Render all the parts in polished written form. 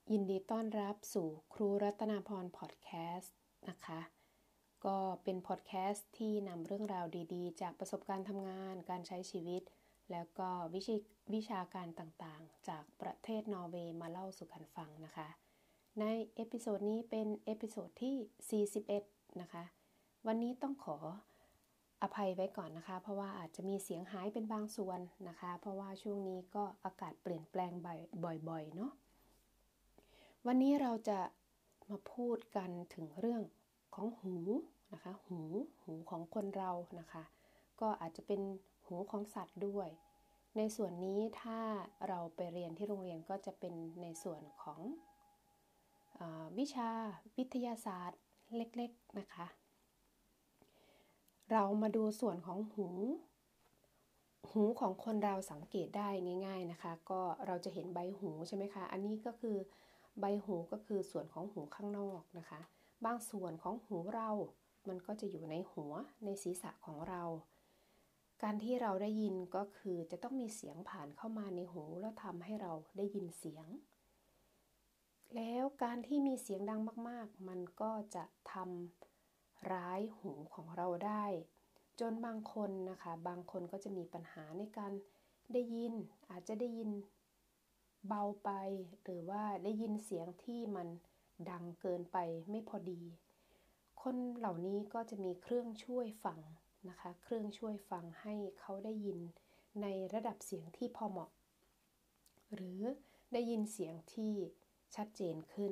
ยินดีต้อนรับสู่ครูรัตนาพรพอดแคสต์นะคะก็เป็นพอดแคสต์ที่นำเรื่องราวดีๆจากประสบการณ์ทำงานการใช้ชีวิตแล้วก็วิชาการต่างๆจากประเทศนอร์เวย์มาเล่าสู่กันฟังนะคะในเอพิโซดนี้เป็นเอพิโซดที่41นะคะวันนี้ต้องขออภัยไว้ก่อนนะคะเพราะว่าอาจจะมีเสียงหายเป็นบางส่วนนะคะเพราะว่าช่วงนี้ก็อากาศเปลี่ยนแปลงบ่อยๆเนาะวันนี้เราจะมาพูดกันถึงเรื่องของหูนะคะหูของคนเรานะคะก็อาจจะเป็นหูของสัตว์ด้วยในส่วนนี้ถ้าเราไปเรียนที่โรงเรียนก็จะเป็นในส่วนของวิชาวิทยาศาสตร์เล็กๆนะคะเรามาดูส่วนของหูของคนเราสังเกตได้ง่ายๆนะคะก็เราจะเห็นใบหูใช่ไหมคะอันนี้ก็คือใบหูก็คือส่วนของหูข้างนอกนะคะบางส่วนของหูเรามันก็จะอยู่ในหัวในศีรษะของเราการที่เราได้ยินก็คือจะต้องมีเสียงผ่านเข้ามาในหูแล้วทำให้เราได้ยินเสียงแล้วการที่มีเสียงดังมากๆมันก็จะทำร้ายหูของเราได้จนบางคนนะคะบางคนก็จะมีปัญหาในการได้ยินอาจจะได้ยินเบาไปหรือว่าได้ยินเสียงที่มันดังเกินไปไม่พอดีคนเหล่านี้ก็จะมีเครื่องช่วยฟังนะคะเครื่องช่วยฟังให้เขาได้ยินในระดับเสียงที่พอเหมาะหรือได้ยินเสียงที่ชัดเจนขึ้น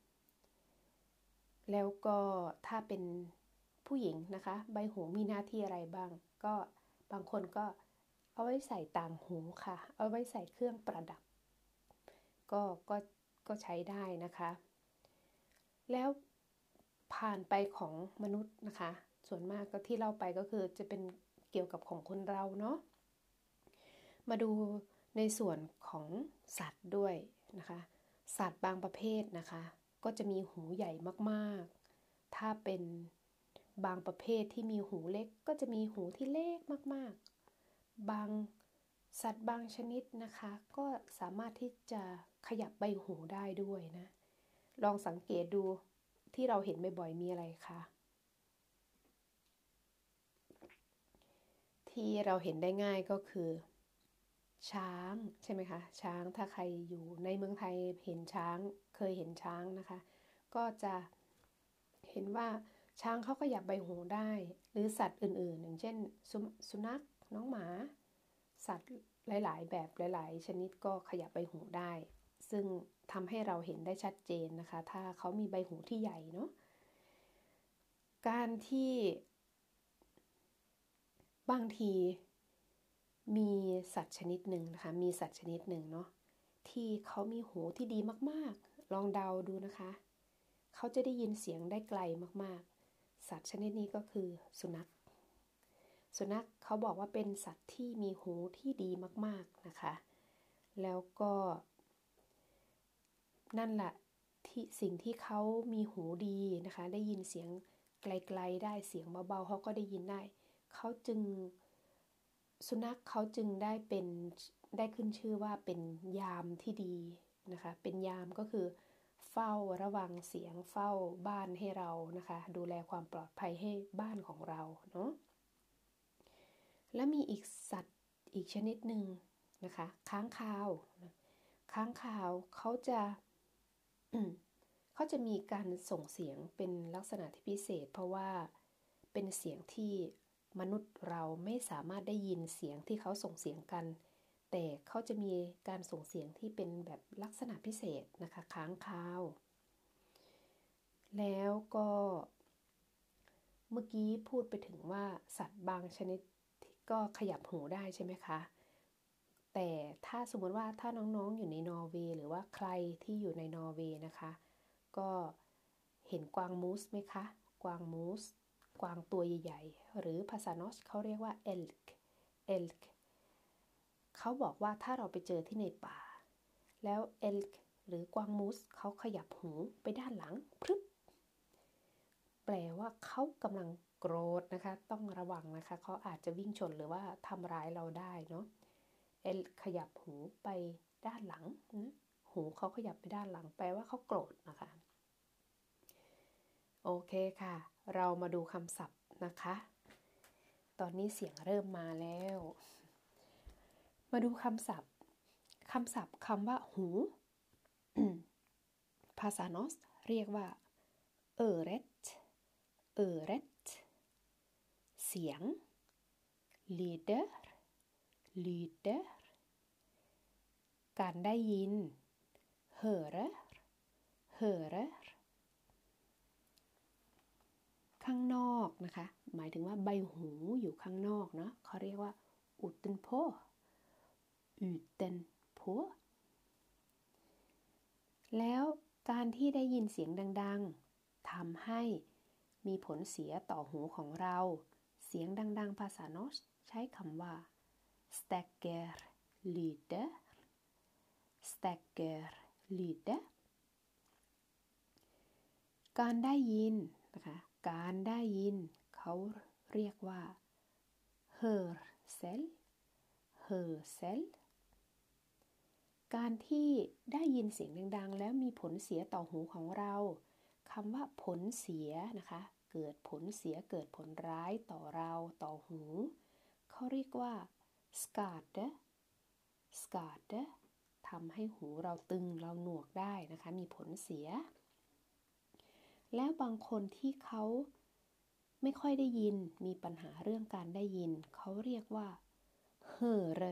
แล้วก็ถ้าเป็นผู้หญิงนะคะใบหูมีหน้าที่อะไรบ้างก็บางคนก็เอาไว้ใส่ต่างหูค่ะเอาไว้ใส่เครื่องประดับก็ก็ก็ใช้ได้นะคะแล้วผ่านไปของมนุษย์นะคะส่วนมากก็ที่เล่าไปก็คือจะเป็นเกี่ยวกับของคนเราเนาะมาดูในส่วนของสัตว์ด้วยนะคะสัตว์บางประเภทนะคะก็จะมีหูใหญ่มากๆถ้าเป็นบางประเภทที่มีหูเล็กก็จะมีหูที่เล็กมากๆบางสัตว์บางชนิดนะคะก็สามารถที่จะขยับใบหูได้ด้วยนะลองสังเกตดูที่เราเห็นบ่อยๆมีอะไรคะที่เราเห็นได้ง่ายก็คือช้างใช่ไหมคะช้างถ้าใครอยู่ในเมืองไทยเห็นช้างเคยเห็นช้างนะคะก็จะเห็นว่าช้างเขาขยับใบหูได้หรือสัตว์อื่นๆอย่างเช่นสุนัขน้องหมาสัตว์หลายๆแบบหลายๆชนิดก็ขยับใบหูได้ซึ่งทำให้เราเห็นได้ชัดเจนนะคะถ้าเขามีใบหูที่ใหญ่เนาะการที่บางทีมีสัตว์ชนิดหนึ่งนะคะมีสัตว์ชนิดหนึ่งเนาะที่เขามีหูที่ดีมากๆลองเดาดูนะคะเขาจะได้ยินเสียงได้ไกลมากๆสัตว์ชนิดนี้ก็คือสุนัขเขาบอกว่าเป็นสัตว์ที่มีหูที่ดีมากๆนะคะแล้วก็นั่นแหละที่สิ่งที่เขามีหูดีนะคะได้ยินเสียงไกลๆได้เสียงเบาๆเขาก็ได้ยินได้เขาจึงสุนัขเขาจึงได้ขึ้นชื่อว่าเป็นยามที่ดีนะคะเป็นยามก็คือเฝ้าระวังเสียงเฝ้าบ้านให้เรานะคะดูแลความปลอดภัยให้บ้านของเราเนาะและมีอีกสัตว์อีกชนิดหนึ่งนะคะค้างคาวค้างคาวเขาจะมีการส่งเสียงเป็นลักษณะที่พิเศษเพราะว่าเป็นเสียงที่มนุษย์เราไม่สามารถได้ยินเสียงที่เขาส่งเสียงกันแต่เขาจะมีการส่งเสียงที่เป็นแบบลักษณะพิเศษนะคะค้างคาวแล้วก็เมื่อกี้พูดไปถึงว่าสัตว์บางชนิดก็ขยับหูได้ใช่ไหมคะแต่ถ้าสมมติว่าถ้าน้องๆอยู่ในนอร์เวย์หรือว่าใครที่อยู่ในนอร์เวย์นะคะก็เห็นกวางมูสไหมคะกวางมูสกวางตัวใหญ่ๆหรือภาษานอชเขาเรียกว่าเอลค์เขาบอกว่าถ้าเราไปเจอที่ในป่าแล้วเอลค์หรือกวางมูสเขาขยับหูไปด้านหลังพรึบแปลว่าเขากำลังโกรธนะคะต้องระวังนะคะเขาอาจจะวิ่งชนหรือว่าทำร้ายเราได้เนาะเอลขยับหูไปด้านหลังนะหูหูเขาขยับไปด้านหลังแปลว่าเขาโกรธนะคะโอเคค่ะเรามาดูคำศัพท์นะคะตอนนี้เสียงเริ่มมาแล้วมาดูคำศัพท์คำว่าหู ภาษานอสเรียกว่าเอเรตเสียง lyder การได้ยิน hörer ข้างนอกนะคะหมายถึงว่าใบหูอยู่ข้างนอกเนาะเขาเรียกว่า utenpå แล้วการที่ได้ยินเสียงดังๆทำให้มีผลเสียต่อหูของเราเสียงดังๆภาษานอสใช้คำว่า stekker lyder การได้ยินนะคะการได้ยินเขาเรียกว่า hørsel การที่ได้ยินเสียงดังๆแล้วมีผลเสียต่อหูของเราคำว่าผลเสียนะคะเกิดผลเสียเกิดผลร้ายต่อเราต่อหูเขาเรียกว่า skade ทำให้หูเราตึงเราหนวกได้นะคะมีผลเสียแล้วบางคนที่เขาไม่ค่อยได้ยินมีปัญหาเรื่องการได้ยินเขาเรียกว่า høre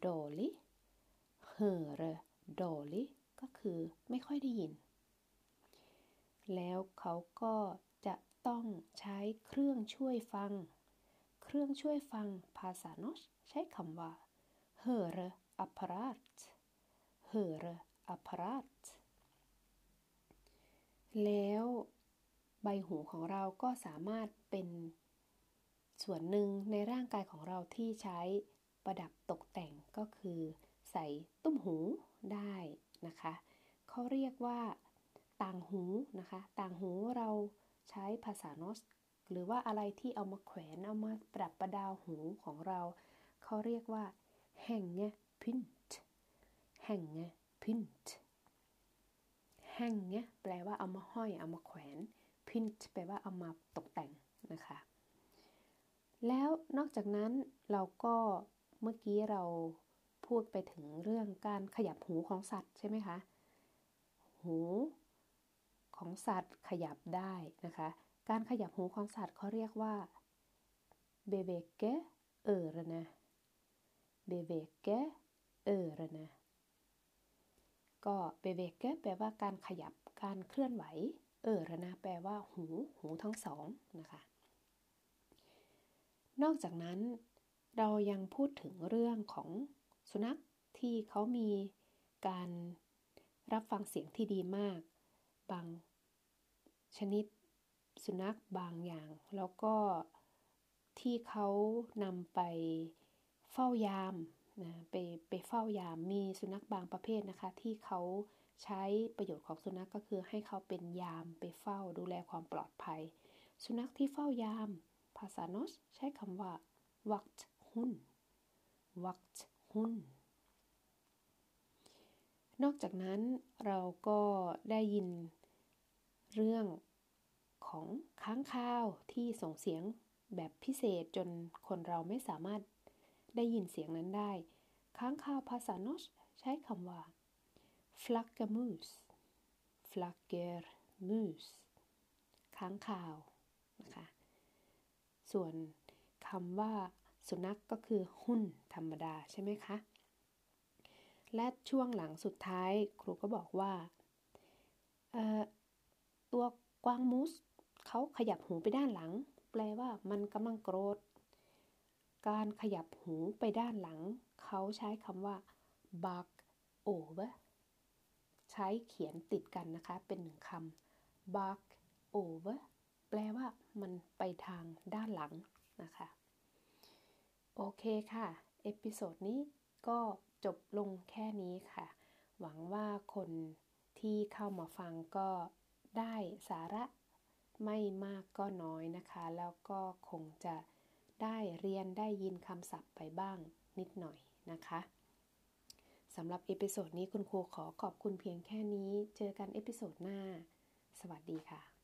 dårlig ก็คือไม่ค่อยได้ยินแล้วเขาก็จะต้องใช้เครื่องช่วยฟังภาษานอสใช้คำว่า høreapparat แล้วใบหูของเราก็สามารถเป็นส่วนหนึ่งในร่างกายของเราที่ใช้ประดับตกแต่งก็คือใส่ตุ้มหูได้นะคะเขาเรียกว่าต่างหูนะคะต่างหูเราใช้ภาษานอสหรือว่าอะไรที่เอามาแขวนเอามาประดับประดาหูของเราเขาเรียกว่าhangepynt แปลว่าเอามาห้อยเอามาแขวน pynt แปลว่าเอามาตกแต่งนะคะแล้วนอกจากนั้นเราก็เมื่อกี้เราพูดไปถึงเรื่องการขยับหูของสัตว์ใช่ไหมคะหูของสัตว์ขยับได้นะคะการขยับหูของสัตว์เขาเรียกว่า bevege ørene ก็ bevege แปลว่าการขยับการเคลื่อนไหวørene แปลว่าหูทั้งสองนะคะนอกจากนั้นเรายังพูดถึงเรื่องของสุนัขที่เขามีการรับฟังเสียงที่ดีมากบางชนิดสุนัขบางอย่างแล้วก็ที่เขานำไปเฝ้ายามนะไปเฝ้ายามมีสุนัขบางประเภทนะคะที่เขาใช้ประโยชน์ของสุนัขก็คือให้เขาเป็นยามไปเฝ้าดูแลความปลอดภัยสุนัขที่เฝ้ายามภาษานอสใช้คำว่า vakthund นอกจากนั้นเราก็ได้ยินเรื่องของค้างคาวที่ส่งเสียงแบบพิเศษจนคนเราไม่สามารถได้ยินเสียงนั้นได้ค้างคาวภาษานอสใช้คำว่า flaggermus ค้างคาวนะคะส่วนคำว่าสุนัข ก็คือหุ่นธรรมดาใช่ไหมคะและช่วงหลังสุดท้ายครูก็บอกว่าตัวกวางมูสเขาขยับหูไปด้านหลังแปลว่ามันกำลังโกรธการขยับหูไปด้านหลังเขาใช้คำว่า bak over ใช้เขียนติดกันนะคะเป็นหนึ่งคำ bak over แปลว่ามันไปทางด้านหลังนะคะโอเคค่ะเอพิโซดนี้ก็จบลงแค่นี้ค่ะหวังว่าคนที่เข้ามาฟังก็ได้สาระไม่มากก็น้อยนะคะแล้วก็คงจะได้เรียนได้ยินคำศัพท์ไปบ้างนิดหน่อยนะคะสสำหรับเอพิโซดนี้คุณครูขอขอบคุณเพียงแค่นี้เจอกันเอพิโซดหน้าสวัสดีค่ะ